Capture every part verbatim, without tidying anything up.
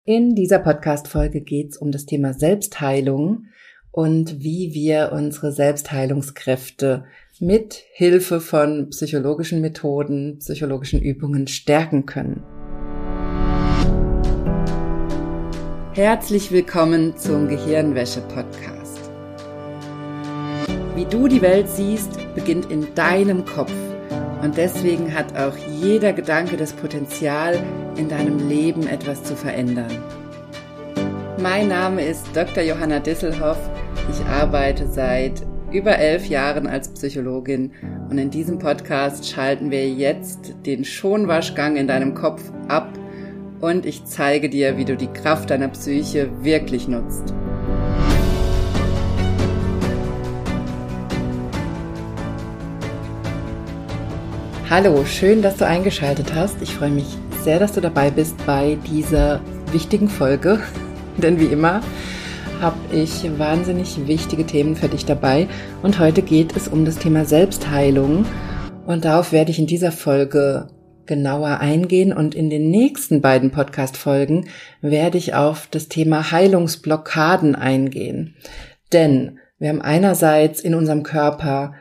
In dieser Podcast-Folge geht es um das Thema Selbstheilung und wie wir unsere Selbstheilungskräfte mit Hilfe von psychologischen Methoden, psychologischen Übungen stärken können. Herzlich willkommen zum Gehirnwäsche-Podcast. Wie du die Welt siehst, beginnt in deinem Kopf. Und deswegen hat auch jeder Gedanke das Potenzial, in deinem Leben etwas zu verändern. Mein Name ist Doktor Johanna Disselhoff. Ich arbeite seit über elf Jahren als Psychologin und in diesem Podcast schalten wir jetzt den Schonwaschgang in deinem Kopf ab und ich zeige dir, wie du die Kraft deiner Psyche wirklich nutzt. Hallo, schön, dass du eingeschaltet hast. Ich freue mich sehr, dass du dabei bist bei dieser wichtigen Folge, denn wie immer habe ich wahnsinnig wichtige Themen für dich dabei und heute geht es um das Thema Selbstheilung und darauf werde ich in dieser Folge genauer eingehen und in den nächsten beiden Podcast-Folgen werde ich auf das Thema Heilungsblockaden eingehen, denn wir haben einerseits in unserem Körper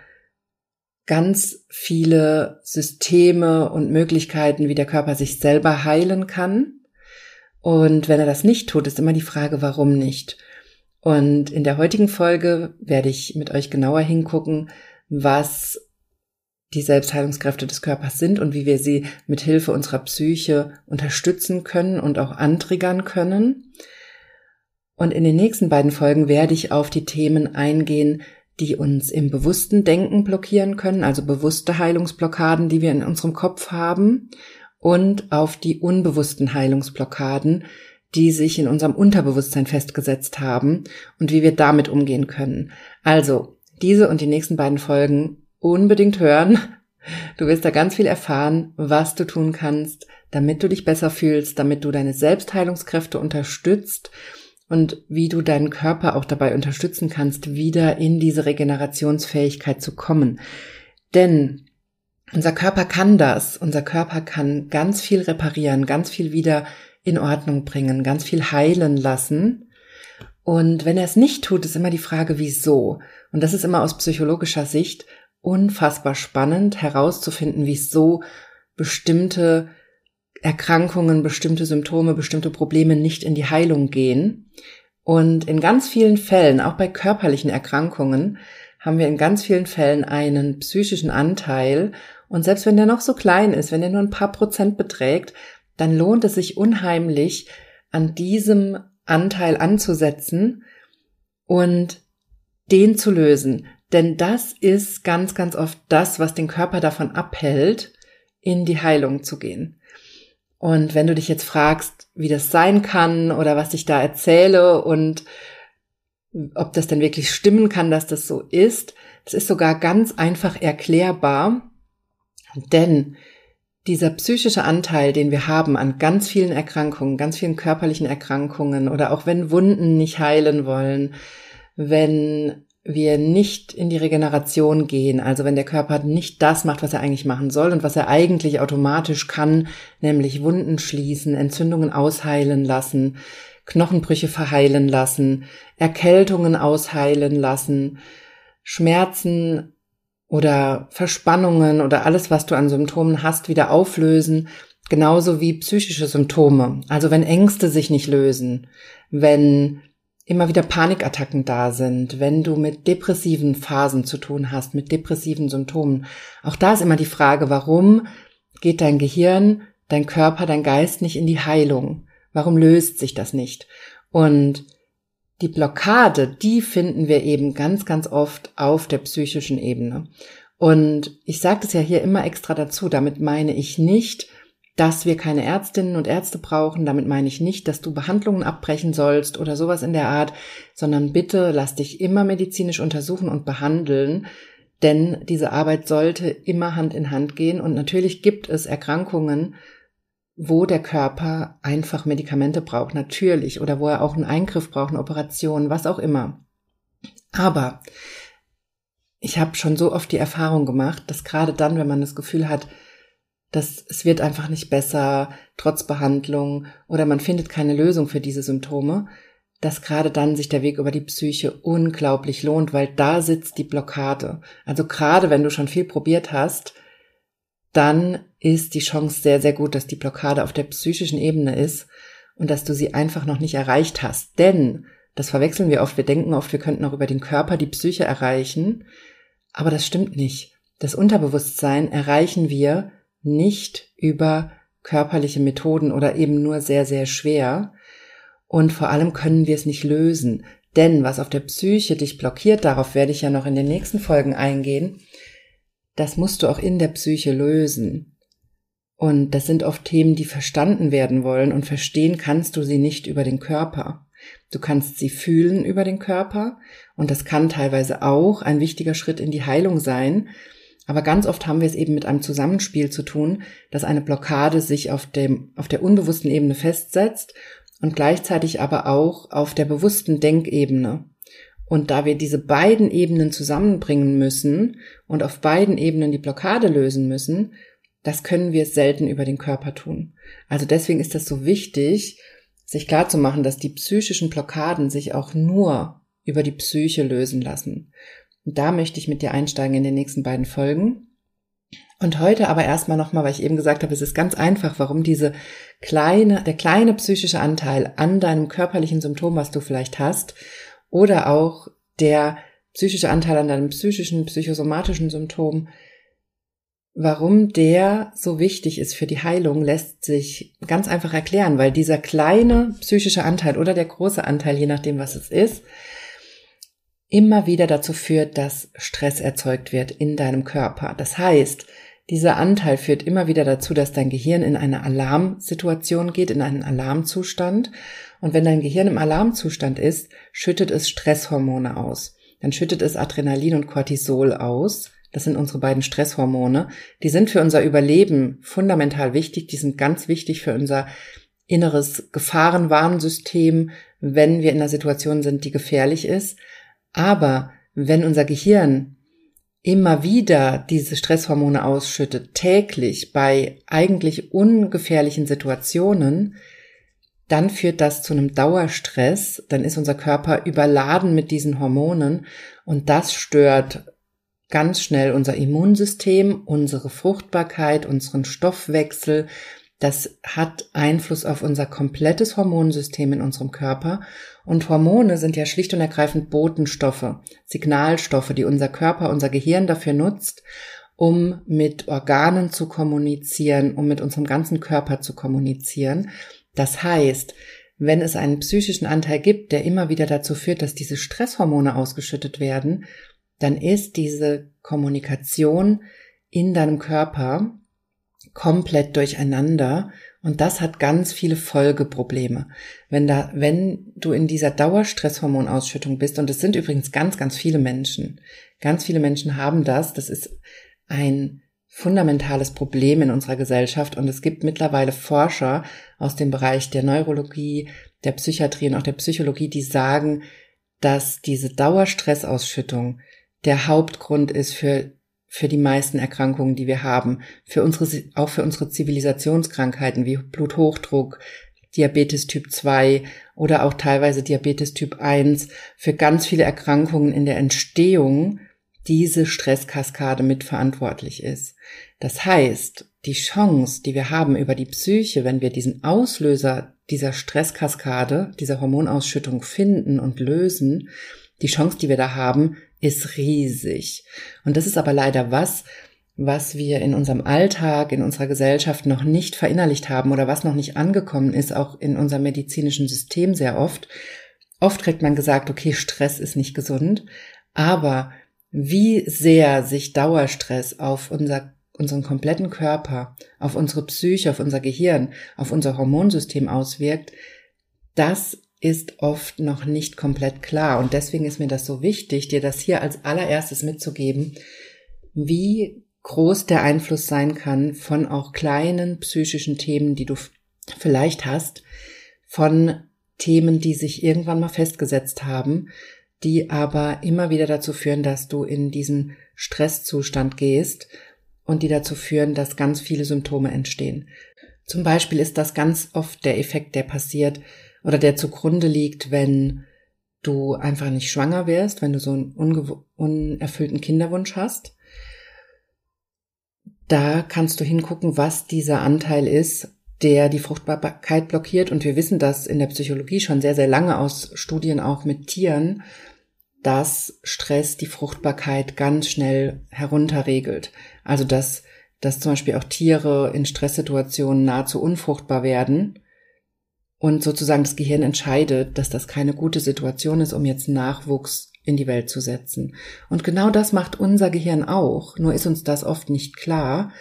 ganz viele Systeme und Möglichkeiten, wie der Körper sich selber heilen kann. Und wenn er das nicht tut, ist immer die Frage, warum nicht? Und in der heutigen Folge werde ich mit euch genauer hingucken, was die Selbstheilungskräfte des Körpers sind und wie wir sie mit Hilfe unserer Psyche unterstützen können und auch antriggern können. Und in den nächsten beiden Folgen werde ich auf die Themen eingehen, die uns im bewussten Denken blockieren können, also bewusste Heilungsblockaden, die wir in unserem Kopf haben, und auf die unbewussten Heilungsblockaden, die sich in unserem Unterbewusstsein festgesetzt haben und wie wir damit umgehen können. Also, diese und die nächsten beiden Folgen unbedingt hören. Du wirst da ganz viel erfahren, was du tun kannst, damit du dich besser fühlst, damit du deine Selbstheilungskräfte unterstützt und wie du deinen Körper auch dabei unterstützen kannst, wieder in diese Regenerationsfähigkeit zu kommen. Denn unser Körper kann das. Unser Körper kann ganz viel reparieren, ganz viel wieder in Ordnung bringen, ganz viel heilen lassen. Und wenn er es nicht tut, ist immer die Frage, wieso? Und das ist immer aus psychologischer Sicht unfassbar spannend herauszufinden, wieso bestimmte Erkrankungen, bestimmte Symptome, bestimmte Probleme nicht in die Heilung gehen. Und in ganz vielen Fällen, auch bei körperlichen Erkrankungen, haben wir in ganz vielen Fällen einen psychischen Anteil. Und selbst wenn der noch so klein ist, wenn der nur ein paar Prozent beträgt, dann lohnt es sich unheimlich, an diesem Anteil anzusetzen und den zu lösen. Denn das ist ganz, ganz oft das, was den Körper davon abhält, in die Heilung zu gehen. Und wenn du dich jetzt fragst, wie das sein kann oder was ich da erzähle und ob das denn wirklich stimmen kann, dass das so ist, das ist sogar ganz einfach erklärbar, denn dieser psychische Anteil, den wir haben an ganz vielen Erkrankungen, ganz vielen körperlichen Erkrankungen oder auch wenn Wunden nicht heilen wollen, wenn wir nicht in die Regeneration gehen, also wenn der Körper nicht das macht, was er eigentlich machen soll und was er eigentlich automatisch kann, nämlich Wunden schließen, Entzündungen ausheilen lassen, Knochenbrüche verheilen lassen, Erkältungen ausheilen lassen, Schmerzen oder Verspannungen oder alles, was du an Symptomen hast, wieder auflösen, genauso wie psychische Symptome. Also wenn Ängste sich nicht lösen, wenn immer wieder Panikattacken da sind, wenn du mit depressiven Phasen zu tun hast, mit depressiven Symptomen. Auch da ist immer die Frage, warum geht dein Gehirn, dein Körper, dein Geist nicht in die Heilung? Warum löst sich das nicht? Und die Blockade, die finden wir eben ganz, ganz oft auf der psychischen Ebene. Und ich sage das ja hier immer extra dazu, damit meine ich nicht, dass wir keine Ärztinnen und Ärzte brauchen. Damit meine ich nicht, dass du Behandlungen abbrechen sollst oder sowas in der Art, sondern bitte lass dich immer medizinisch untersuchen und behandeln, denn diese Arbeit sollte immer Hand in Hand gehen und natürlich gibt es Erkrankungen, wo der Körper einfach Medikamente braucht, natürlich, oder wo er auch einen Eingriff braucht, eine Operation, was auch immer. Aber ich habe schon so oft die Erfahrung gemacht, dass gerade dann, wenn man das Gefühl hat, dass es wird einfach nicht besser, trotz Behandlung, oder man findet keine Lösung für diese Symptome, dass gerade dann sich der Weg über die Psyche unglaublich lohnt, weil da sitzt die Blockade. Also gerade wenn du schon viel probiert hast, dann ist die Chance sehr, sehr gut, dass die Blockade auf der psychischen Ebene ist und dass du sie einfach noch nicht erreicht hast. Denn, das verwechseln wir oft, wir denken oft, wir könnten auch über den Körper die Psyche erreichen, aber das stimmt nicht. Das Unterbewusstsein erreichen wir nicht über körperliche Methoden oder eben nur sehr, sehr schwer. Und vor allem können wir es nicht lösen. Denn was auf der Psyche dich blockiert, darauf werde ich ja noch in den nächsten Folgen eingehen, das musst du auch in der Psyche lösen. Und das sind oft Themen, die verstanden werden wollen, und verstehen kannst du sie nicht über den Körper. Du kannst sie fühlen über den Körper, und das kann teilweise auch ein wichtiger Schritt in die Heilung sein. Aber ganz oft haben wir es eben mit einem Zusammenspiel zu tun, dass eine Blockade sich auf dem, auf der unbewussten Ebene festsetzt und gleichzeitig aber auch auf der bewussten Denkebene. Und da wir diese beiden Ebenen zusammenbringen müssen und auf beiden Ebenen die Blockade lösen müssen, das können wir selten über den Körper tun. Also deswegen ist das so wichtig, sich klarzumachen, dass die psychischen Blockaden sich auch nur über die Psyche lösen lassen. Und da möchte ich mit dir einsteigen in den nächsten beiden Folgen. Und heute aber erstmal nochmal, weil ich eben gesagt habe, es ist ganz einfach, warum diese kleine, der kleine psychische Anteil an deinem körperlichen Symptom, was du vielleicht hast, oder auch der psychische Anteil an deinem psychischen, psychosomatischen Symptom, warum der so wichtig ist für die Heilung, lässt sich ganz einfach erklären, weil dieser kleine psychische Anteil oder der große Anteil, je nachdem was es ist, immer wieder dazu führt, dass Stress erzeugt wird in deinem Körper. Das heißt, dieser Anteil führt immer wieder dazu, dass dein Gehirn in eine Alarmsituation geht, in einen Alarmzustand. Und wenn dein Gehirn im Alarmzustand ist, schüttet es Stresshormone aus. Dann schüttet es Adrenalin und Cortisol aus. Das sind unsere beiden Stresshormone. Die sind für unser Überleben fundamental wichtig. Die sind ganz wichtig für unser inneres Gefahrenwarnsystem, wenn wir in einer Situation sind, die gefährlich ist. Aber wenn unser Gehirn immer wieder diese Stresshormone ausschüttet, täglich bei eigentlich ungefährlichen Situationen, dann führt das zu einem Dauerstress, dann ist unser Körper überladen mit diesen Hormonen und das stört ganz schnell unser Immunsystem, unsere Fruchtbarkeit, unseren Stoffwechsel. Das hat Einfluss auf unser komplettes Hormonsystem in unserem Körper. Und Hormone sind ja schlicht und ergreifend Botenstoffe, Signalstoffe, die unser Körper, unser Gehirn dafür nutzt, um mit Organen zu kommunizieren, um mit unserem ganzen Körper zu kommunizieren. Das heißt, wenn es einen psychischen Anteil gibt, der immer wieder dazu führt, dass diese Stresshormone ausgeschüttet werden, dann ist diese Kommunikation in deinem Körper komplett durcheinander und das hat ganz viele Folgeprobleme. Wenn da, wenn du in dieser Dauerstresshormonausschüttung bist, und es sind übrigens ganz, ganz viele Menschen, ganz viele Menschen haben das, das ist ein fundamentales Problem in unserer Gesellschaft und es gibt mittlerweile Forscher aus dem Bereich der Neurologie, der Psychiatrie und auch der Psychologie, die sagen, dass diese Dauerstressausschüttung der Hauptgrund ist für für die meisten Erkrankungen, die wir haben, für unsere, auch für unsere Zivilisationskrankheiten wie Bluthochdruck, Diabetes Typ zwei oder auch teilweise Diabetes Typ eins, für ganz viele Erkrankungen in der Entstehung diese Stresskaskade mitverantwortlich ist. Das heißt, die Chance, die wir haben über die Psyche, wenn wir diesen Auslöser dieser Stresskaskade, dieser Hormonausschüttung finden und lösen, die Chance, die wir da haben, ist riesig. Und das ist aber leider was, was wir in unserem Alltag, in unserer Gesellschaft noch nicht verinnerlicht haben oder was noch nicht angekommen ist, auch in unserem medizinischen System sehr oft. Oft kriegt man gesagt, okay, Stress ist nicht gesund, aber wie sehr sich Dauerstress auf unser, unseren kompletten Körper, auf unsere Psyche, auf unser Gehirn, auf unser Hormonsystem auswirkt, das ist oft noch nicht komplett klar. Und deswegen ist mir das so wichtig, dir das hier als allererstes mitzugeben, wie groß der Einfluss sein kann von auch kleinen psychischen Themen, die du vielleicht hast, von Themen, die sich irgendwann mal festgesetzt haben, die aber immer wieder dazu führen, dass du in diesen Stresszustand gehst und die dazu führen, dass ganz viele Symptome entstehen. Zum Beispiel ist das ganz oft der Effekt, der passiert oder der zugrunde liegt, wenn du einfach nicht schwanger wirst, wenn du so einen ungew- unerfüllten Kinderwunsch hast. Da kannst du hingucken, was dieser Anteil ist, der die Fruchtbarkeit blockiert. Und wir wissen das in der Psychologie schon sehr, sehr lange aus Studien auch mit Tieren, dass Stress die Fruchtbarkeit ganz schnell herunterregelt. Also dass, dass zum Beispiel auch Tiere in Stresssituationen nahezu unfruchtbar werden und sozusagen das Gehirn entscheidet, dass das keine gute Situation ist, um jetzt Nachwuchs in die Welt zu setzen. Und genau das macht unser Gehirn auch, nur ist uns das oft nicht klar.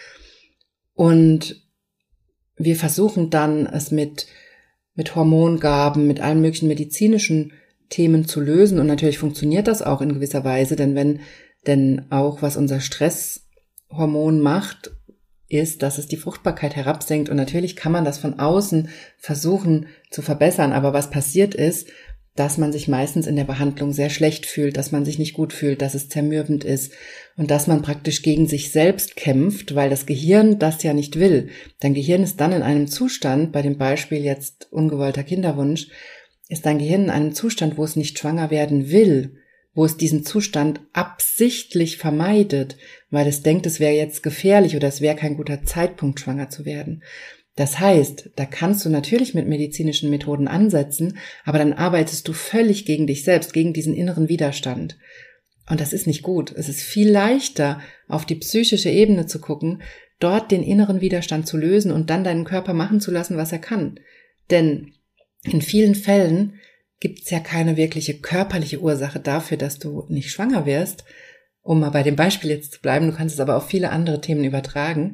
Und wir versuchen dann, es mit, mit Hormongaben, mit allen möglichen medizinischen Themen zu lösen. Und natürlich funktioniert das auch in gewisser Weise, denn wenn, denn auch was unser Stresshormon macht, ist, dass es die Fruchtbarkeit herabsenkt. Und natürlich kann man das von außen versuchen zu verbessern. Aber was passiert ist, dass man sich meistens in der Behandlung sehr schlecht fühlt, dass man sich nicht gut fühlt, dass es zermürbend ist und dass man praktisch gegen sich selbst kämpft, weil das Gehirn das ja nicht will. Dein Gehirn ist dann in einem Zustand, bei dem Beispiel jetzt ungewollter Kinderwunsch, ist dein Gehirn in einem Zustand, wo es nicht schwanger werden will, wo es diesen Zustand absichtlich vermeidet, weil es denkt, es wäre jetzt gefährlich oder es wäre kein guter Zeitpunkt, schwanger zu werden. Das heißt, da kannst du natürlich mit medizinischen Methoden ansetzen, aber dann arbeitest du völlig gegen dich selbst, gegen diesen inneren Widerstand. Und das ist nicht gut. Es ist viel leichter, auf die psychische Ebene zu gucken, dort den inneren Widerstand zu lösen und dann deinen Körper machen zu lassen, was er kann. Denn in vielen Fällen gibt es ja keine wirkliche körperliche Ursache dafür, dass du nicht schwanger wirst. Um mal bei dem Beispiel jetzt zu bleiben, du kannst es aber auf viele andere Themen übertragen,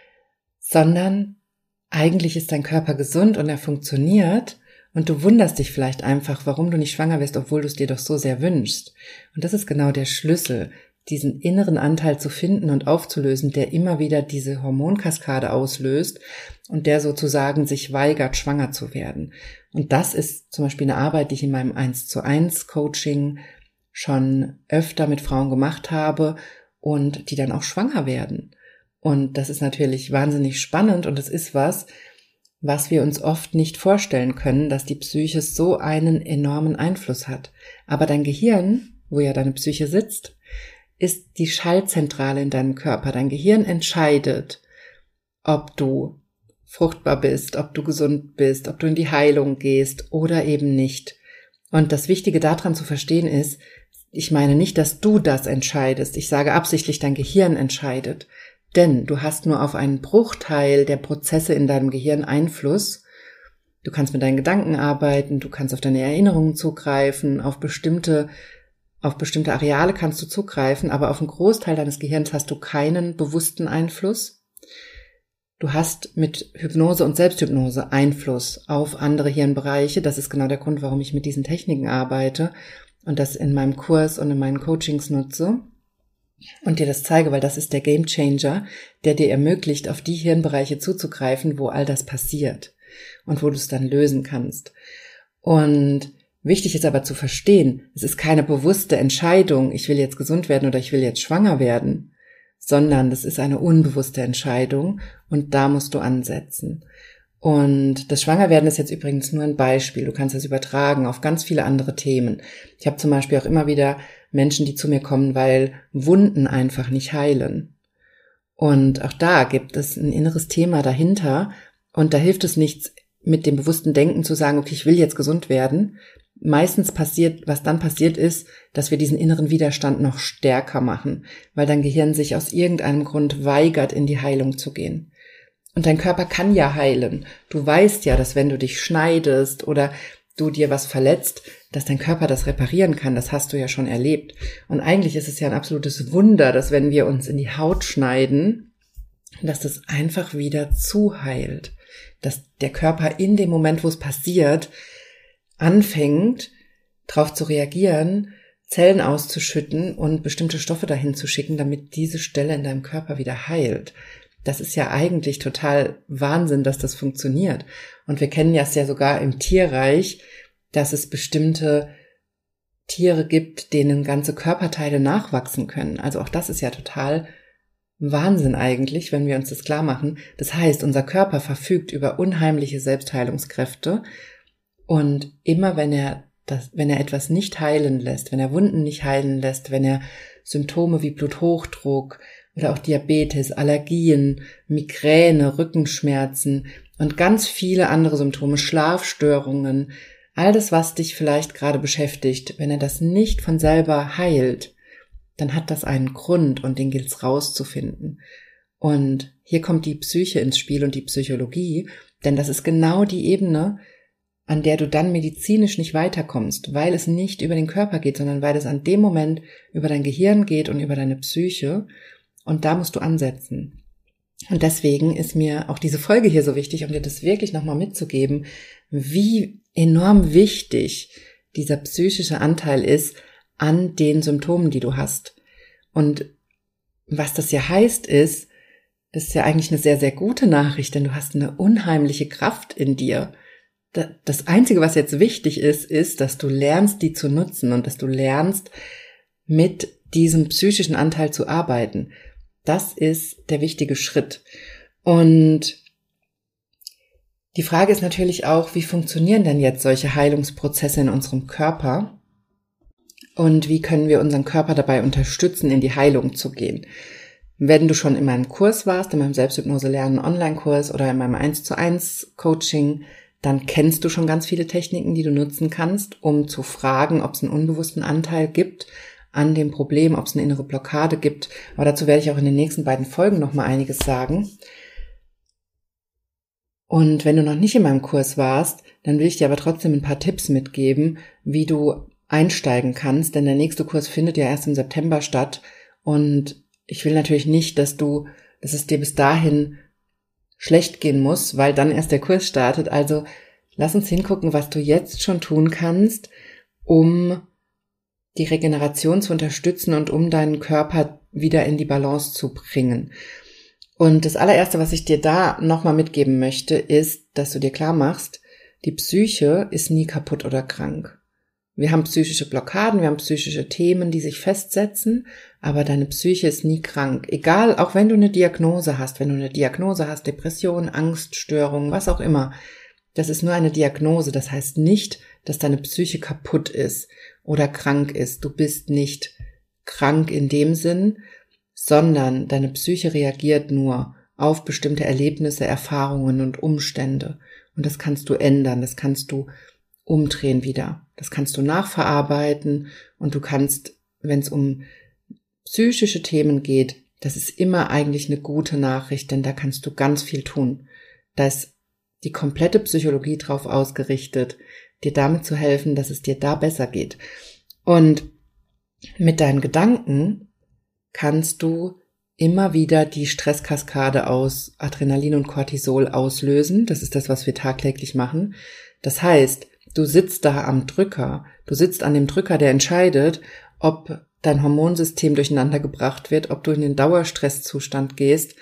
sondern eigentlich ist dein Körper gesund und er funktioniert und du wunderst dich vielleicht einfach, warum du nicht schwanger wirst, obwohl du es dir doch so sehr wünschst. Und das ist genau der Schlüssel, diesen inneren Anteil zu finden und aufzulösen, der immer wieder diese Hormonkaskade auslöst und der sozusagen sich weigert, schwanger zu werden. Und das ist zum Beispiel eine Arbeit, die ich in meinem eins zu eins Coaching schon öfter mit Frauen gemacht habe und die dann auch schwanger werden. Und das ist natürlich wahnsinnig spannend und es ist was, was wir uns oft nicht vorstellen können, dass die Psyche so einen enormen Einfluss hat. Aber dein Gehirn, wo ja deine Psyche sitzt, ist die Schaltzentrale in deinem Körper. Dein Gehirn entscheidet, ob du fruchtbar bist, ob du gesund bist, ob du in die Heilung gehst oder eben nicht. Und das Wichtige daran zu verstehen ist, ich meine nicht, dass du das entscheidest. Ich sage absichtlich, dein Gehirn entscheidet. Denn du hast nur auf einen Bruchteil der Prozesse in deinem Gehirn Einfluss. Du kannst mit deinen Gedanken arbeiten, du kannst auf deine Erinnerungen zugreifen, auf bestimmte, auf bestimmte Areale kannst du zugreifen, aber auf einen Großteil deines Gehirns hast du keinen bewussten Einfluss. Du hast mit Hypnose und Selbsthypnose Einfluss auf andere Hirnbereiche. Das ist genau der Grund, warum ich mit diesen Techniken arbeite und das in meinem Kurs und in meinen Coachings nutze. Und dir das zeige, weil das ist der Gamechanger, der dir ermöglicht, auf die Hirnbereiche zuzugreifen, wo all das passiert und wo du es dann lösen kannst. Und wichtig ist aber zu verstehen, es ist keine bewusste Entscheidung, ich will jetzt gesund werden oder ich will jetzt schwanger werden, sondern das ist eine unbewusste Entscheidung und da musst du ansetzen. Und das Schwangerwerden ist jetzt übrigens nur ein Beispiel. Du kannst das übertragen auf ganz viele andere Themen. Ich habe zum Beispiel auch immer wieder Menschen, die zu mir kommen, weil Wunden einfach nicht heilen. Und auch da gibt es ein inneres Thema dahinter. Und da hilft es nichts, mit dem bewussten Denken zu sagen, okay, ich will jetzt gesund werden. Meistens passiert, was dann passiert ist, dass wir diesen inneren Widerstand noch stärker machen, weil dein Gehirn sich aus irgendeinem Grund weigert, in die Heilung zu gehen. Und dein Körper kann ja heilen. Du weißt ja, dass wenn du dich schneidest oder du dir was verletzt, dass dein Körper das reparieren kann. Das hast du ja schon erlebt. Und eigentlich ist es ja ein absolutes Wunder, dass wenn wir uns in die Haut schneiden, dass das einfach wieder zuheilt. Dass der Körper in dem Moment, wo es passiert, anfängt, darauf zu reagieren, Zellen auszuschütten und bestimmte Stoffe dahin zu schicken, damit diese Stelle in deinem Körper wieder heilt. Das ist ja eigentlich total Wahnsinn, dass das funktioniert. Und wir kennen ja es ja sogar im Tierreich, dass es bestimmte Tiere gibt, denen ganze Körperteile nachwachsen können. Also auch das ist ja total Wahnsinn eigentlich, wenn wir uns das klar machen. Das heißt, unser Körper verfügt über unheimliche Selbstheilungskräfte und immer wenn er das, wenn er etwas nicht heilen lässt, wenn er Wunden nicht heilen lässt, wenn er Symptome wie Bluthochdruck oder auch Diabetes, Allergien, Migräne, Rückenschmerzen und ganz viele andere Symptome, Schlafstörungen, all das, was dich vielleicht gerade beschäftigt, wenn er das nicht von selber heilt, dann hat das einen Grund und den gilt es rauszufinden. Und hier kommt die Psyche ins Spiel und die Psychologie, denn das ist genau die Ebene, an der du dann medizinisch nicht weiterkommst, weil es nicht über den Körper geht, sondern weil es an dem Moment über dein Gehirn geht und über deine Psyche und da musst du ansetzen. Und deswegen ist mir auch diese Folge hier so wichtig, um dir das wirklich nochmal mitzugeben, wie enorm wichtig dieser psychische Anteil ist an den Symptomen, die du hast. Und was das ja heißt ist, das ist ja eigentlich eine sehr, sehr gute Nachricht, denn du hast eine unheimliche Kraft in dir. Das Einzige, was jetzt wichtig ist, ist, dass du lernst, die zu nutzen und dass du lernst, mit diesem psychischen Anteil zu arbeiten. Das ist der wichtige Schritt. Und die Frage ist natürlich auch, wie funktionieren denn jetzt solche Heilungsprozesse in unserem Körper? Und wie können wir unseren Körper dabei unterstützen, in die Heilung zu gehen? Wenn du schon in meinem Kurs warst, in meinem Selbsthypnose-Lernen-Online-Kurs oder in meinem eins zu eins Coaching, dann kennst du schon ganz viele Techniken, die du nutzen kannst, um zu fragen, ob es einen unbewussten Anteil gibt an dem Problem, ob es eine innere Blockade gibt. Aber dazu werde ich auch in den nächsten beiden Folgen nochmal einiges sagen. Und wenn du noch nicht in meinem Kurs warst, dann will ich dir aber trotzdem ein paar Tipps mitgeben, wie du einsteigen kannst, denn der nächste Kurs findet ja erst im September statt und ich will natürlich nicht, dass du, dass es dir bis dahin schlecht gehen muss, weil dann erst der Kurs startet. Also lass uns hingucken, was du jetzt schon tun kannst, um die Regeneration zu unterstützen und um deinen Körper wieder in die Balance zu bringen. Und das allererste, was ich dir da nochmal mitgeben möchte, ist, dass du dir klar machst, die Psyche ist nie kaputt oder krank. Wir haben psychische Blockaden, wir haben psychische Themen, die sich festsetzen, aber deine Psyche ist nie krank. Egal, auch wenn du eine Diagnose hast, wenn du eine Diagnose hast, Depression, Angststörung, was auch immer, das ist nur eine Diagnose. Das heißt nicht, dass deine Psyche kaputt ist oder krank ist. Du bist nicht krank in dem Sinn, sondern deine Psyche reagiert nur auf bestimmte Erlebnisse, Erfahrungen und Umstände. Und das kannst du ändern, das kannst du umdrehen wieder. Das kannst du nachverarbeiten und du kannst, wenn es um psychische Themen geht, das ist immer eigentlich eine gute Nachricht, denn da kannst du ganz viel tun. Da ist die komplette Psychologie drauf ausgerichtet, dir damit zu helfen, dass es dir da besser geht. Und mit deinen Gedanken kannst du immer wieder die Stresskaskade aus Adrenalin und Cortisol auslösen. Das ist das, was wir tagtäglich machen. Das heißt, du sitzt da am Drücker, du sitzt an dem Drücker, der entscheidet, ob dein Hormonsystem durcheinander gebracht wird, ob du in den Dauerstresszustand gehst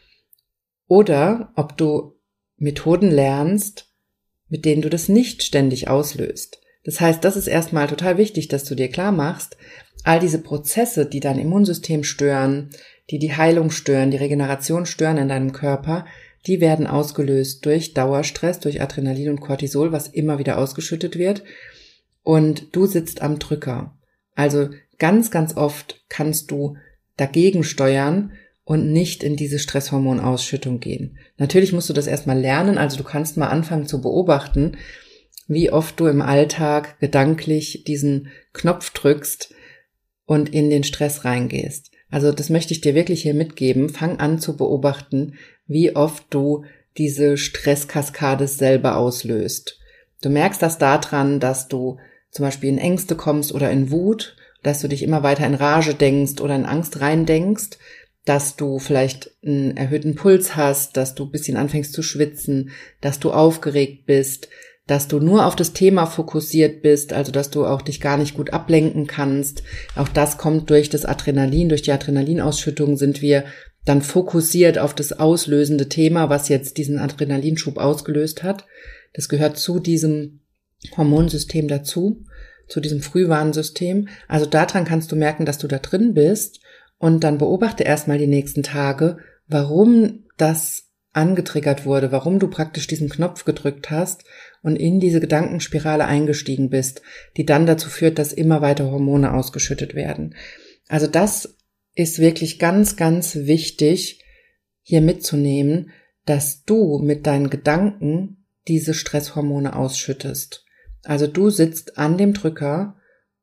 oder ob du Methoden lernst, mit denen du das nicht ständig auslöst. Das heißt, das ist erstmal total wichtig, dass du dir klar machst, all diese Prozesse, die dein Immunsystem stören, die die Heilung stören, die Regeneration stören in deinem Körper, die werden ausgelöst durch Dauerstress, durch Adrenalin und Cortisol, was immer wieder ausgeschüttet wird. Und du sitzt am Drücker. Also ganz, ganz oft kannst du dagegen steuern und nicht in diese Stresshormonausschüttung gehen. Natürlich musst du das erstmal lernen, also du kannst mal anfangen zu beobachten, wie oft du im Alltag gedanklich diesen Knopf drückst und in den Stress reingehst. Also das möchte ich dir wirklich hier mitgeben. Fang an zu beobachten, wie oft du diese Stresskaskade selber auslöst. Du merkst das daran, dass du zum Beispiel in Ängste kommst oder in Wut, dass du dich immer weiter in Rage denkst oder in Angst reindenkst, dass du vielleicht einen erhöhten Puls hast, dass du ein bisschen anfängst zu schwitzen, dass du aufgeregt bist, dass du nur auf das Thema fokussiert bist, also dass du auch dich gar nicht gut ablenken kannst. Auch das kommt durch das Adrenalin, durch die Adrenalinausschüttung sind wir dann fokussiert auf das auslösende Thema, was jetzt diesen Adrenalinschub ausgelöst hat. Das gehört zu diesem Hormonsystem dazu, zu diesem Frühwarnsystem. Also daran kannst du merken, dass du da drin bist Und dann beobachte erstmal die nächsten Tage, warum das angetriggert wurde, warum du praktisch diesen Knopf gedrückt hast und in diese Gedankenspirale eingestiegen bist, die dann dazu führt, dass immer weiter Hormone ausgeschüttet werden. Also das ist wirklich ganz, ganz wichtig, hier mitzunehmen, dass du mit deinen Gedanken diese Stresshormone ausschüttest. Also du sitzt an dem Drücker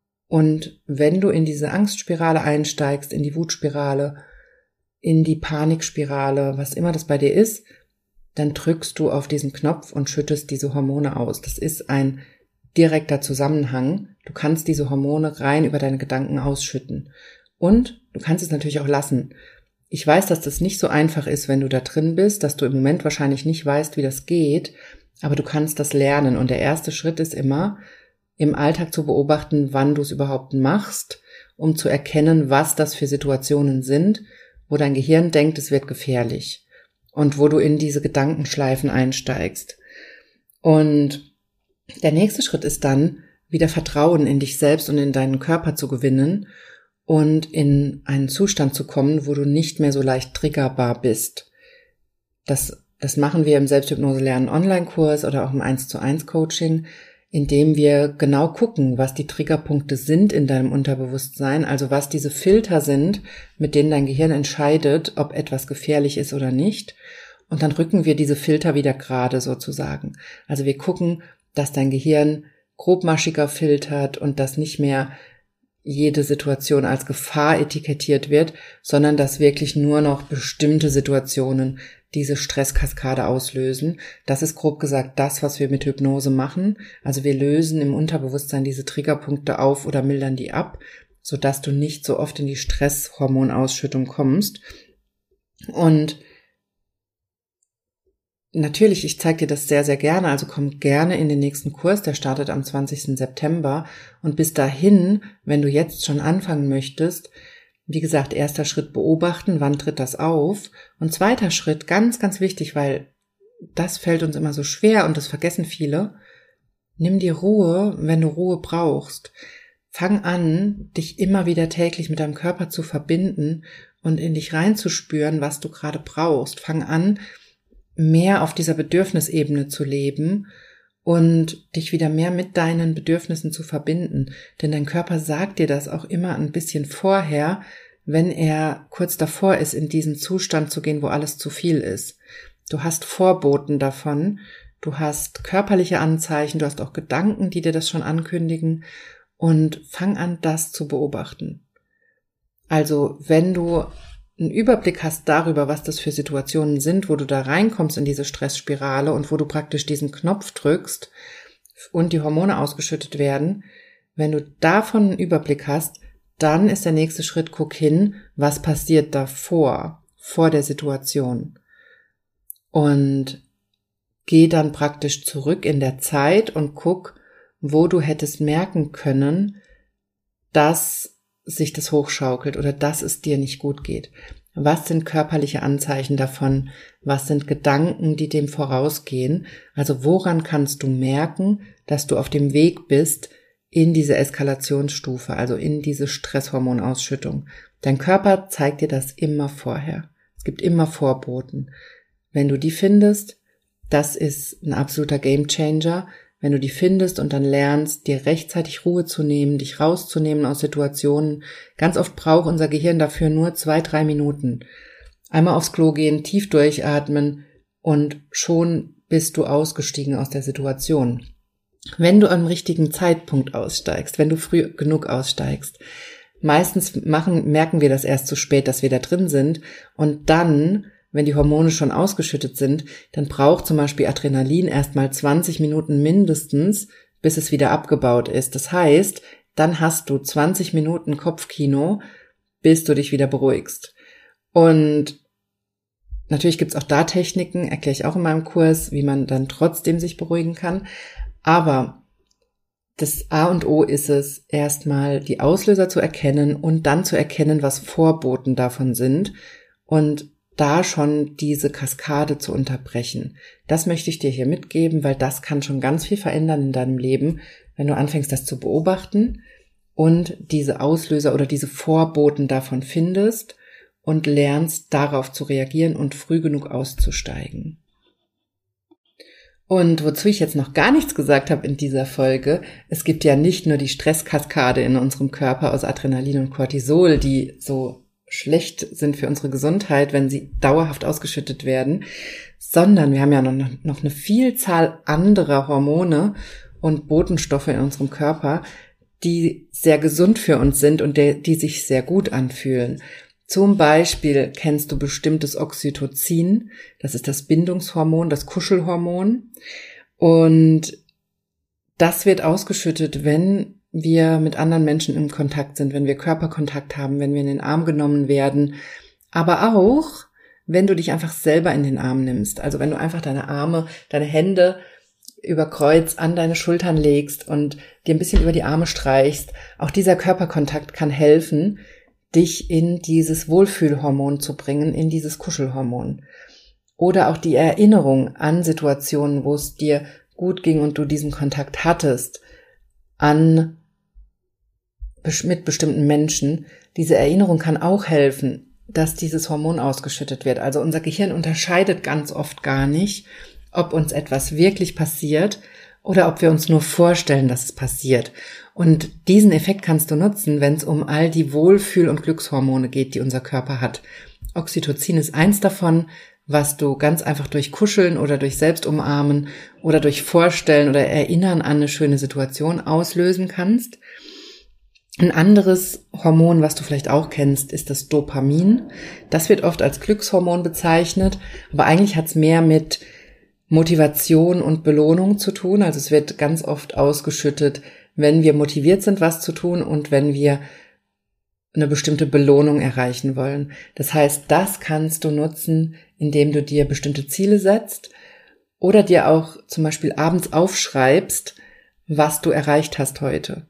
und wenn du in diese Angstspirale einsteigst, in die Wutspirale, in die Panikspirale, was immer das bei dir ist, dann drückst du auf diesen Knopf und schüttest diese Hormone aus. Das ist ein direkter Zusammenhang. Du kannst diese Hormone rein über deine Gedanken ausschütten. Und du kannst es natürlich auch lassen. Ich weiß, dass das nicht so einfach ist, wenn du da drin bist, dass du im Moment wahrscheinlich nicht weißt, wie das geht, aber du kannst das lernen. Und der erste Schritt ist immer, im Alltag zu beobachten, wann du es überhaupt machst, um zu erkennen, was das für Situationen sind, wo dein Gehirn denkt, es wird gefährlich und wo du in diese Gedankenschleifen einsteigst. Und der nächste Schritt ist dann, wieder Vertrauen in dich selbst und in deinen Körper zu gewinnen und in einen Zustand zu kommen, wo du nicht mehr so leicht triggerbar bist. Das, das machen wir im Selbsthypnose-Lernen-Online-Kurs oder auch im eins zu eins Coaching, indem wir genau gucken, was die Triggerpunkte sind in deinem Unterbewusstsein, also was diese Filter sind, mit denen dein Gehirn entscheidet, ob etwas gefährlich ist oder nicht. Und dann rücken wir diese Filter wieder gerade sozusagen. Also wir gucken, dass dein Gehirn grobmaschiger filtert und dass nicht mehr jede Situation als Gefahr etikettiert wird, sondern dass wirklich nur noch bestimmte Situationen diese Stresskaskade auslösen. Das ist grob gesagt das, was wir mit Hypnose machen. Also wir lösen im Unterbewusstsein diese Triggerpunkte auf oder mildern die ab, sodass du nicht so oft in die Stresshormonausschüttung kommst. Und natürlich, ich zeige dir das sehr, sehr gerne, also komm gerne in den nächsten Kurs, der startet am zwanzigsten September. Und bis dahin, wenn du jetzt schon anfangen möchtest, wie gesagt, erster Schritt beobachten, wann tritt das auf? Und zweiter Schritt, ganz, ganz wichtig, weil das fällt uns immer so schwer und das vergessen viele, nimm dir Ruhe, wenn du Ruhe brauchst. Fang an, dich immer wieder täglich mit deinem Körper zu verbinden und in dich reinzuspüren, was du gerade brauchst. Fang an, mehr auf dieser Bedürfnisebene zu leben und dich wieder mehr mit deinen Bedürfnissen zu verbinden. Denn dein Körper sagt dir das auch immer ein bisschen vorher, wenn er kurz davor ist, in diesen Zustand zu gehen, wo alles zu viel ist. Du hast Vorboten davon, du hast körperliche Anzeichen, du hast auch Gedanken, die dir das schon ankündigen, und fang an, das zu beobachten. Also, wenn du einen Überblick hast darüber, was das für Situationen sind, wo du da reinkommst in diese Stressspirale und wo du praktisch diesen Knopf drückst und die Hormone ausgeschüttet werden, wenn du davon einen Überblick hast, dann ist der nächste Schritt, guck hin, was passiert davor, vor der Situation. Und geh dann praktisch zurück in der Zeit und guck, wo du hättest merken können, dass sich das hochschaukelt oder dass es dir nicht gut geht. Was sind körperliche Anzeichen davon? Was sind Gedanken, die dem vorausgehen? Also woran kannst du merken, dass du auf dem Weg bist in diese Eskalationsstufe, also in diese Stresshormonausschüttung? Dein Körper zeigt dir das immer vorher. Es gibt immer Vorboten. Wenn du die findest, das ist ein absoluter Gamechanger. Wenn du die findest und dann lernst, dir rechtzeitig Ruhe zu nehmen, dich rauszunehmen aus Situationen. Ganz oft braucht unser Gehirn dafür nur zwei, drei Minuten. Einmal aufs Klo gehen, tief durchatmen und schon bist du ausgestiegen aus der Situation. Wenn du am richtigen Zeitpunkt aussteigst, wenn du früh genug aussteigst, meistens machen, merken wir das erst zu spät, dass wir da drin sind, und dann, wenn die Hormone schon ausgeschüttet sind, dann braucht zum Beispiel Adrenalin erstmal zwanzig Minuten mindestens, bis es wieder abgebaut ist. Das heißt, dann hast du zwanzig Minuten Kopfkino, bis du dich wieder beruhigst. Und natürlich gibt's auch da Techniken, erkläre ich auch in meinem Kurs, wie man dann trotzdem sich beruhigen kann. Aber das A und O ist es, erstmal die Auslöser zu erkennen und dann zu erkennen, was Vorboten davon sind und da schon diese Kaskade zu unterbrechen. Das möchte ich dir hier mitgeben, weil das kann schon ganz viel verändern in deinem Leben, wenn du anfängst, das zu beobachten und diese Auslöser oder diese Vorboten davon findest und lernst, darauf zu reagieren und früh genug auszusteigen. Und wozu ich jetzt noch gar nichts gesagt habe in dieser Folge, es gibt ja nicht nur die Stresskaskade in unserem Körper aus Adrenalin und Cortisol, die so schlecht sind für unsere Gesundheit, wenn sie dauerhaft ausgeschüttet werden, sondern wir haben ja noch, noch eine Vielzahl anderer Hormone und Botenstoffe in unserem Körper, die sehr gesund für uns sind und die, die sich sehr gut anfühlen. Zum Beispiel kennst du bestimmtes Oxytocin, das ist das Bindungshormon, das Kuschelhormon. Und das wird ausgeschüttet, wenn wir mit anderen Menschen im Kontakt sind, wenn wir Körperkontakt haben, wenn wir in den Arm genommen werden. Aber auch, wenn du dich einfach selber in den Arm nimmst. Also wenn du einfach deine Arme, deine Hände über Kreuz an deine Schultern legst und dir ein bisschen über die Arme streichst. Auch dieser Körperkontakt kann helfen, dich in dieses Wohlfühlhormon zu bringen, in dieses Kuschelhormon. Oder auch die Erinnerung an Situationen, wo es dir gut ging und du diesen Kontakt hattest, an mit bestimmten Menschen. Diese Erinnerung kann auch helfen, dass dieses Hormon ausgeschüttet wird. Also unser Gehirn unterscheidet ganz oft gar nicht, ob uns etwas wirklich passiert oder ob wir uns nur vorstellen, dass es passiert. Und diesen Effekt kannst du nutzen, wenn es um all die Wohlfühl- und Glückshormone geht, die unser Körper hat. Oxytocin ist eins davon, was du ganz einfach durch Kuscheln oder durch Selbstumarmen oder durch Vorstellen oder Erinnern an eine schöne Situation auslösen kannst. Ein anderes Hormon, was du vielleicht auch kennst, ist das Dopamin. Das wird oft als Glückshormon bezeichnet, aber eigentlich hat es mehr mit Motivation und Belohnung zu tun. Also es wird ganz oft ausgeschüttet, wenn wir motiviert sind, was zu tun und wenn wir eine bestimmte Belohnung erreichen wollen. Das heißt, das kannst du nutzen, indem du dir bestimmte Ziele setzt oder dir auch zum Beispiel abends aufschreibst, was du erreicht hast heute.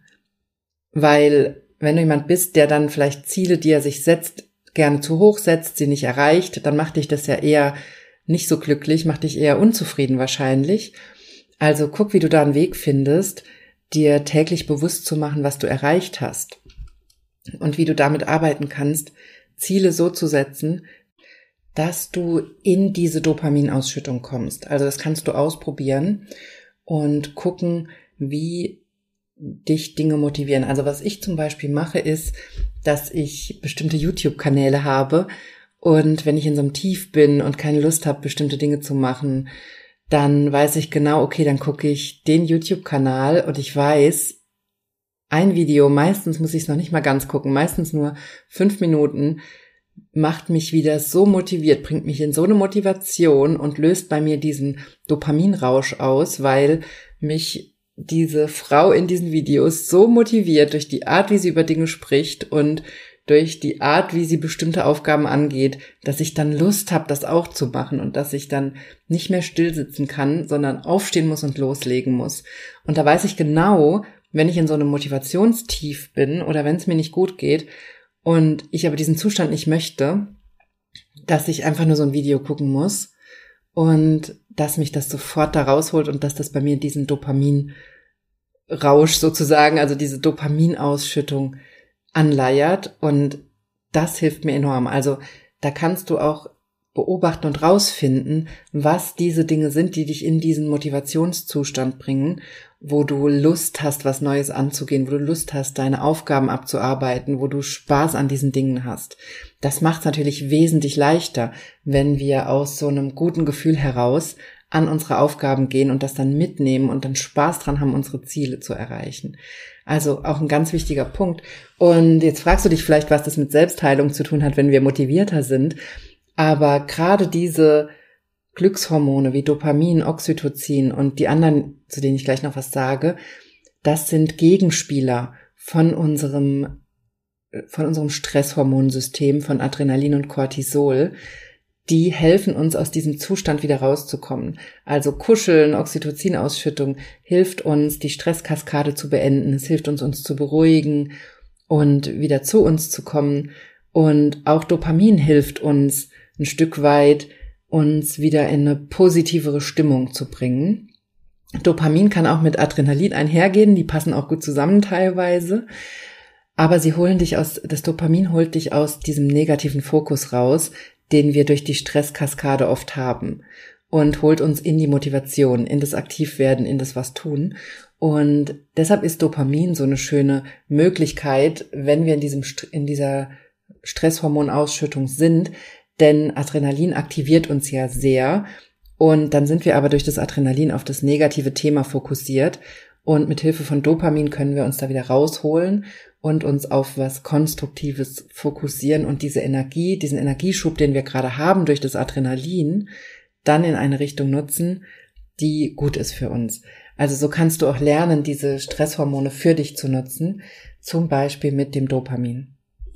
Weil wenn du jemand bist, der dann vielleicht Ziele, die er sich setzt, gerne zu hoch setzt, sie nicht erreicht, dann macht dich das ja eher nicht so glücklich, macht dich eher unzufrieden wahrscheinlich. Also guck, wie du da einen Weg findest, dir täglich bewusst zu machen, was du erreicht hast und wie du damit arbeiten kannst, Ziele so zu setzen, dass du in diese Dopaminausschüttung kommst. Also das kannst du ausprobieren und gucken, wie dich Dinge motivieren. Also was ich zum Beispiel mache, ist, dass ich bestimmte YouTube-Kanäle habe und wenn ich in so einem Tief bin und keine Lust habe, bestimmte Dinge zu machen, dann weiß ich genau, okay, dann gucke ich den YouTube-Kanal und ich weiß, ein Video, meistens muss ich es noch nicht mal ganz gucken, meistens nur fünf Minuten, macht mich wieder so motiviert, bringt mich in so eine Motivation und löst bei mir diesen Dopaminrausch aus, weil mich diese Frau in diesen Videos so motiviert durch die Art, wie sie über Dinge spricht und durch die Art, wie sie bestimmte Aufgaben angeht, dass ich dann Lust habe, das auch zu machen und dass ich dann nicht mehr still sitzen kann, sondern aufstehen muss und loslegen muss. Und da weiß ich genau, wenn ich in so einem Motivationstief bin oder wenn es mir nicht gut geht und ich aber diesen Zustand nicht möchte, dass ich einfach nur so ein Video gucken muss und dass mich das sofort da rausholt und dass das bei mir diesen Dopaminrausch sozusagen, also diese Dopaminausschüttung anleiert und das hilft mir enorm. Also da kannst du auch beobachten und rausfinden, was diese Dinge sind, die dich in diesen Motivationszustand bringen, wo du Lust hast, was Neues anzugehen, wo du Lust hast, deine Aufgaben abzuarbeiten, wo du Spaß an diesen Dingen hast. Das macht es natürlich wesentlich leichter, wenn wir aus so einem guten Gefühl heraus an unsere Aufgaben gehen und das dann mitnehmen und dann Spaß dran haben, unsere Ziele zu erreichen. Also auch ein ganz wichtiger Punkt. Und jetzt fragst du dich vielleicht, was das mit Selbstheilung zu tun hat, wenn wir motivierter sind. Aber gerade diese Glückshormone wie Dopamin, Oxytocin und die anderen, zu denen ich gleich noch was sage, das sind Gegenspieler von unserem, von unserem Stresshormonsystem, von Adrenalin und Cortisol. Die helfen uns, aus diesem Zustand wieder rauszukommen. Also Kuscheln, Oxytocin-Ausschüttung hilft uns, die Stresskaskade zu beenden. Es hilft uns, uns zu beruhigen und wieder zu uns zu kommen. Und auch Dopamin hilft uns ein Stück weit, uns wieder in eine positivere Stimmung zu bringen. Dopamin kann auch mit Adrenalin einhergehen, die passen auch gut zusammen teilweise. Aber sie holen dich aus, das Dopamin holt dich aus diesem negativen Fokus raus, den wir durch die Stresskaskade oft haben, und holt uns in die Motivation, in das Aktivwerden, in das was tun. Und deshalb ist Dopamin so eine schöne Möglichkeit, wenn wir in diesem, in dieser Stresshormonausschüttung sind, denn Adrenalin aktiviert uns ja sehr und dann sind wir aber durch das Adrenalin auf das negative Thema fokussiert und mit Hilfe von Dopamin können wir uns da wieder rausholen und uns auf was Konstruktives fokussieren und diese Energie, diesen Energieschub, den wir gerade haben durch das Adrenalin, dann in eine Richtung nutzen, die gut ist für uns. Also so kannst du auch lernen, diese Stresshormone für dich zu nutzen, zum Beispiel mit dem Dopamin.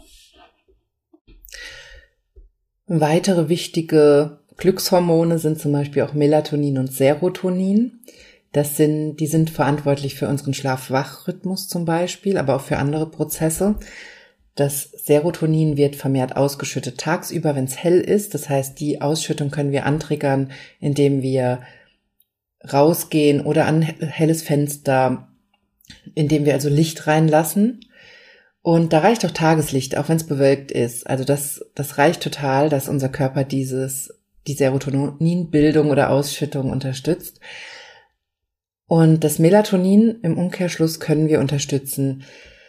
Weitere wichtige Glückshormone sind zum Beispiel auch Melatonin und Serotonin. Das sind, die sind verantwortlich für unseren Schlaf-Wach-Rhythmus zum Beispiel, aber auch für andere Prozesse. Das Serotonin wird vermehrt ausgeschüttet tagsüber, wenn es hell ist. Das heißt, die Ausschüttung können wir antriggern, indem wir rausgehen oder an ein helles Fenster, indem wir also Licht reinlassen. Und da reicht auch Tageslicht, auch wenn es bewölkt ist. Also das, das reicht total, dass unser Körper dieses, die Serotoninbildung oder Ausschüttung unterstützt. Und das Melatonin im Umkehrschluss können wir unterstützen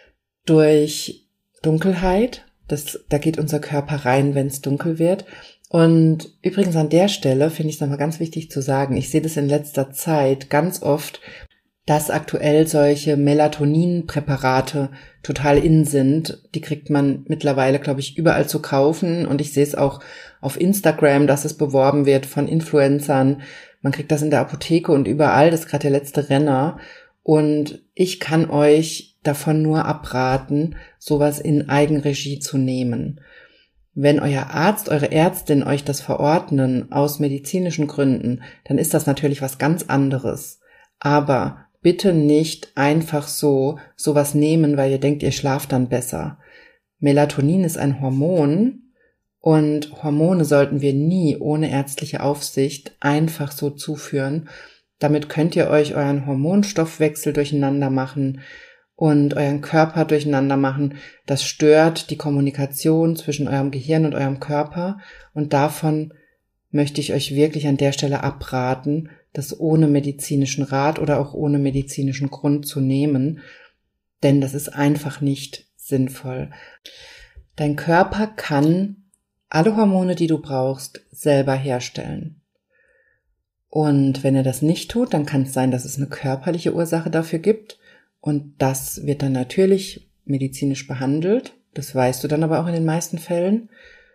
durch Dunkelheit. Das, da geht unser Körper rein, wenn es dunkel wird. Und übrigens an der Stelle finde ich es nochmal ganz wichtig zu sagen, ich sehe das in letzter Zeit ganz oft, dass aktuell solche Melatonin-Präparate total in sind. Die kriegt man mittlerweile, glaube ich, überall zu kaufen. Und ich sehe es auch auf Instagram, dass es beworben wird von Influencern. Man kriegt das in der Apotheke und überall. Das ist gerade der letzte Renner. Und ich kann euch davon nur abraten, sowas in Eigenregie zu nehmen. Wenn euer Arzt, eure Ärztin euch das verordnen aus medizinischen Gründen, dann ist das natürlich was ganz anderes. Aber bitte nicht einfach so sowas nehmen, weil ihr denkt, ihr schlaft dann besser. Melatonin ist ein Hormon und Hormone sollten wir nie ohne ärztliche Aufsicht einfach so zuführen. Damit könnt ihr euch euren Hormonstoffwechsel durcheinander machen und euren Körper durcheinander machen. Das stört die Kommunikation zwischen eurem Gehirn und eurem Körper und davon möchte ich euch wirklich an der Stelle abraten, das ohne medizinischen Rat oder auch ohne medizinischen Grund zu nehmen, denn das ist einfach nicht sinnvoll. Dein Körper kann alle Hormone, die du brauchst, selber herstellen. Und wenn er das nicht tut, dann kann es sein, dass es eine körperliche Ursache dafür gibt und das wird dann natürlich medizinisch behandelt. Das weißt du dann aber auch in den meisten Fällen.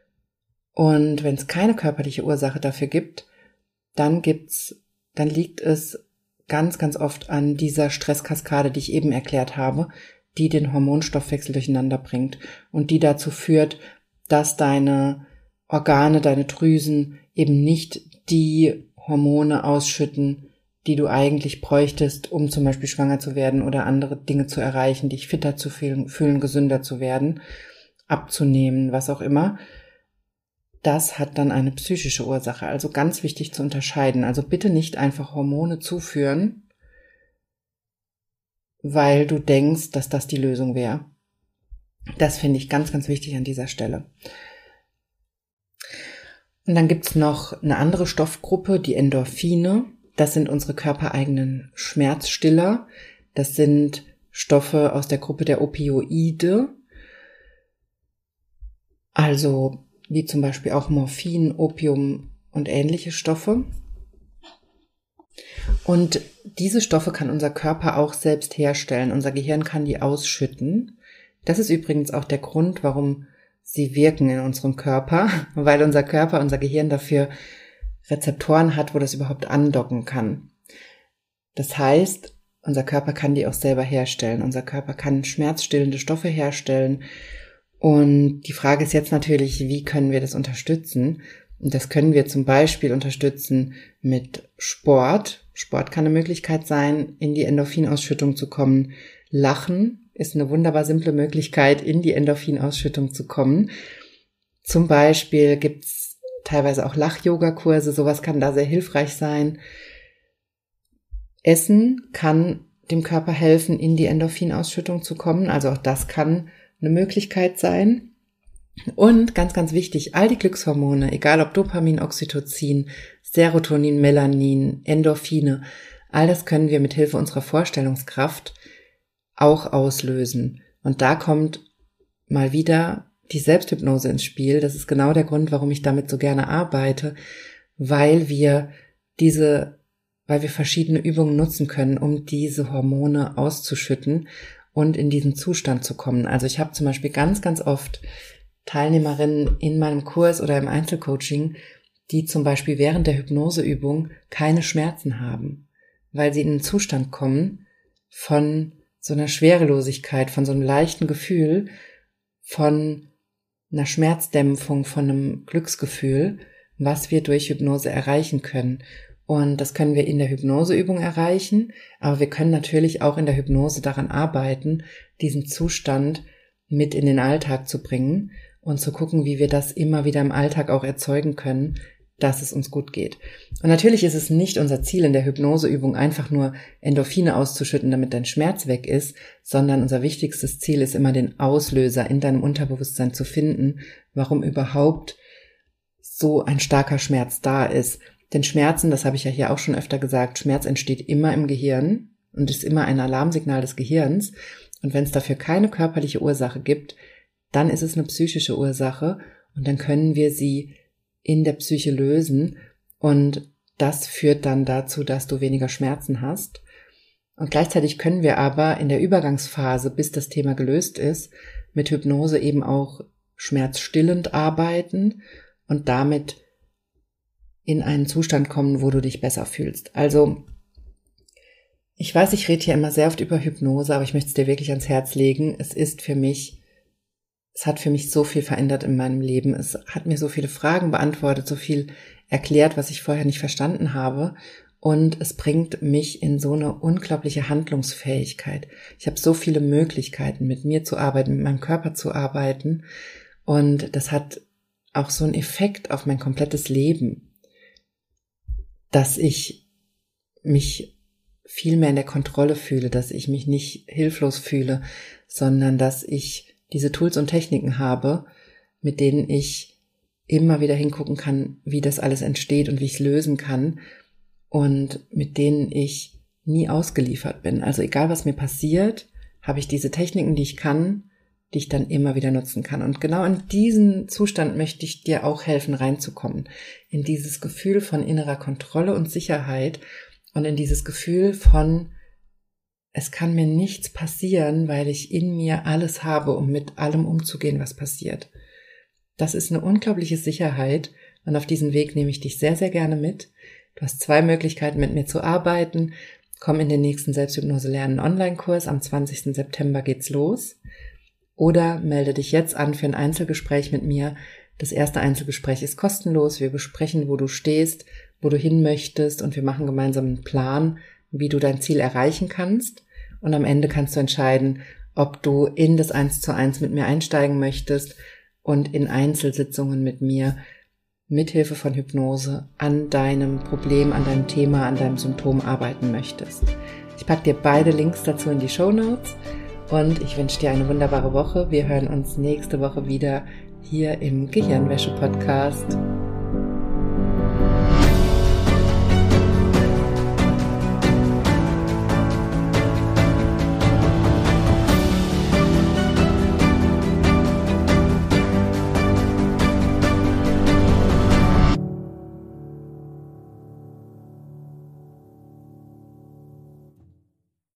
Und wenn es keine körperliche Ursache dafür gibt, dann gibt's dann liegt es ganz, ganz oft an dieser Stresskaskade, die ich eben erklärt habe, die den Hormonstoffwechsel durcheinander bringt und die dazu führt, dass deine Organe, deine Drüsen eben nicht die Hormone ausschütten, die du eigentlich bräuchtest, um zum Beispiel schwanger zu werden oder andere Dinge zu erreichen, dich fitter zu fühlen, fühlen gesünder zu werden, abzunehmen, was auch immer. Das hat dann eine psychische Ursache, also ganz wichtig zu unterscheiden. Also bitte nicht einfach Hormone zuführen, weil du denkst, dass das die Lösung wäre. Das finde ich ganz, ganz wichtig an dieser Stelle. Und dann gibt's noch eine andere Stoffgruppe, die Endorphine. Das sind unsere körpereigenen Schmerzstiller. Das sind Stoffe aus der Gruppe der Opioide. Also wie zum Beispiel auch Morphin, Opium und ähnliche Stoffe. Und diese Stoffe kann unser Körper auch selbst herstellen. Unser Gehirn kann die ausschütten. Das ist übrigens auch der Grund, warum sie wirken in unserem Körper, weil unser Körper, unser Gehirn dafür Rezeptoren hat, wo das überhaupt andocken kann. Das heißt, unser Körper kann die auch selber herstellen. Unser Körper kann schmerzstillende Stoffe herstellen. Und die Frage ist jetzt natürlich, wie können wir das unterstützen? Und das können wir zum Beispiel unterstützen mit Sport. Sport kann eine Möglichkeit sein, in die Endorphinausschüttung zu kommen. Lachen ist eine wunderbar simple Möglichkeit, in die Endorphinausschüttung zu kommen. Zum Beispiel gibt's teilweise auch Lach-Yoga-Kurse, sowas kann da sehr hilfreich sein. Essen kann dem Körper helfen, in die Endorphinausschüttung zu kommen. Also auch das kann eine Möglichkeit sein. Und ganz, ganz wichtig, all die Glückshormone, egal ob Dopamin, Oxytocin, Serotonin, Melanin, Endorphine, all das können wir mit Hilfe unserer Vorstellungskraft auch auslösen. Und da kommt mal wieder die Selbsthypnose ins Spiel. Das ist genau der Grund, warum ich damit so gerne arbeite, weil wir diese, weil wir verschiedene Übungen nutzen können, um diese Hormone auszuschütten und in diesen Zustand zu kommen. Also ich habe zum Beispiel ganz, ganz oft Teilnehmerinnen in meinem Kurs oder im Einzelcoaching, die zum Beispiel während der Hypnoseübung keine Schmerzen haben, weil sie in einen Zustand kommen von so einer Schwerelosigkeit, von so einem leichten Gefühl, von einer Schmerzdämpfung, von einem Glücksgefühl, was wir durch Hypnose erreichen können. Und das können wir in der Hypnoseübung erreichen, aber wir können natürlich auch in der Hypnose daran arbeiten, diesen Zustand mit in den Alltag zu bringen und zu gucken, wie wir das immer wieder im Alltag auch erzeugen können, dass es uns gut geht. Und natürlich ist es nicht unser Ziel in der Hypnoseübung, einfach nur Endorphine auszuschütten, damit dein Schmerz weg ist, sondern unser wichtigstes Ziel ist immer, den Auslöser in deinem Unterbewusstsein zu finden, warum überhaupt so ein starker Schmerz da ist. Denn Schmerzen, das habe ich ja hier auch schon öfter gesagt, Schmerz entsteht immer im Gehirn und ist immer ein Alarmsignal des Gehirns. Und wenn es dafür keine körperliche Ursache gibt, dann ist es eine psychische Ursache und dann können wir sie in der Psyche lösen und das führt dann dazu, dass du weniger Schmerzen hast. Und gleichzeitig können wir aber in der Übergangsphase, bis das Thema gelöst ist, mit Hypnose eben auch schmerzstillend arbeiten und damit in einen Zustand kommen, wo du dich besser fühlst. Also ich weiß, ich rede hier immer sehr oft über Hypnose, aber ich möchte es dir wirklich ans Herz legen. Es ist für mich Es hat für mich so viel verändert in meinem Leben. Es hat mir so viele Fragen beantwortet, so viel erklärt, was ich vorher nicht verstanden habe. Und es bringt mich in so eine unglaubliche Handlungsfähigkeit. Ich habe so viele Möglichkeiten, mit mir zu arbeiten, mit meinem Körper zu arbeiten. Und das hat auch so einen Effekt auf mein komplettes Leben, dass ich mich viel mehr in der Kontrolle fühle, dass ich mich nicht hilflos fühle, sondern dass ich diese Tools und Techniken habe, mit denen ich immer wieder hingucken kann, wie das alles entsteht und wie ich es lösen kann und mit denen ich nie ausgeliefert bin. Also egal, was mir passiert, habe ich diese Techniken, die ich kann, die ich dann immer wieder nutzen kann. Und genau in diesen Zustand möchte ich dir auch helfen, reinzukommen. In dieses Gefühl von innerer Kontrolle und Sicherheit und in dieses Gefühl von es kann mir nichts passieren, weil ich in mir alles habe, um mit allem umzugehen, was passiert. Das ist eine unglaubliche Sicherheit und auf diesen Weg nehme ich dich sehr, sehr gerne mit. Du hast zwei Möglichkeiten, mit mir zu arbeiten. Komm in den nächsten Selbsthypnose-Lernen-Online-Kurs. Am zwanzigsten September geht's los. Oder melde dich jetzt an für ein Einzelgespräch mit mir. Das erste Einzelgespräch ist kostenlos. Wir besprechen, wo du stehst, wo du hin möchtest und wir machen gemeinsam einen Plan, wie du dein Ziel erreichen kannst. Und am Ende kannst du entscheiden, ob du in das eins zu eins mit mir einsteigen möchtest und in Einzelsitzungen mit mir mithilfe von Hypnose an deinem Problem, an deinem Thema, an deinem Symptom arbeiten möchtest. Ich packe dir beide Links dazu in die Shownotes und ich wünsche dir eine wunderbare Woche. Wir hören uns nächste Woche wieder hier im Gehirnwäsche-Podcast.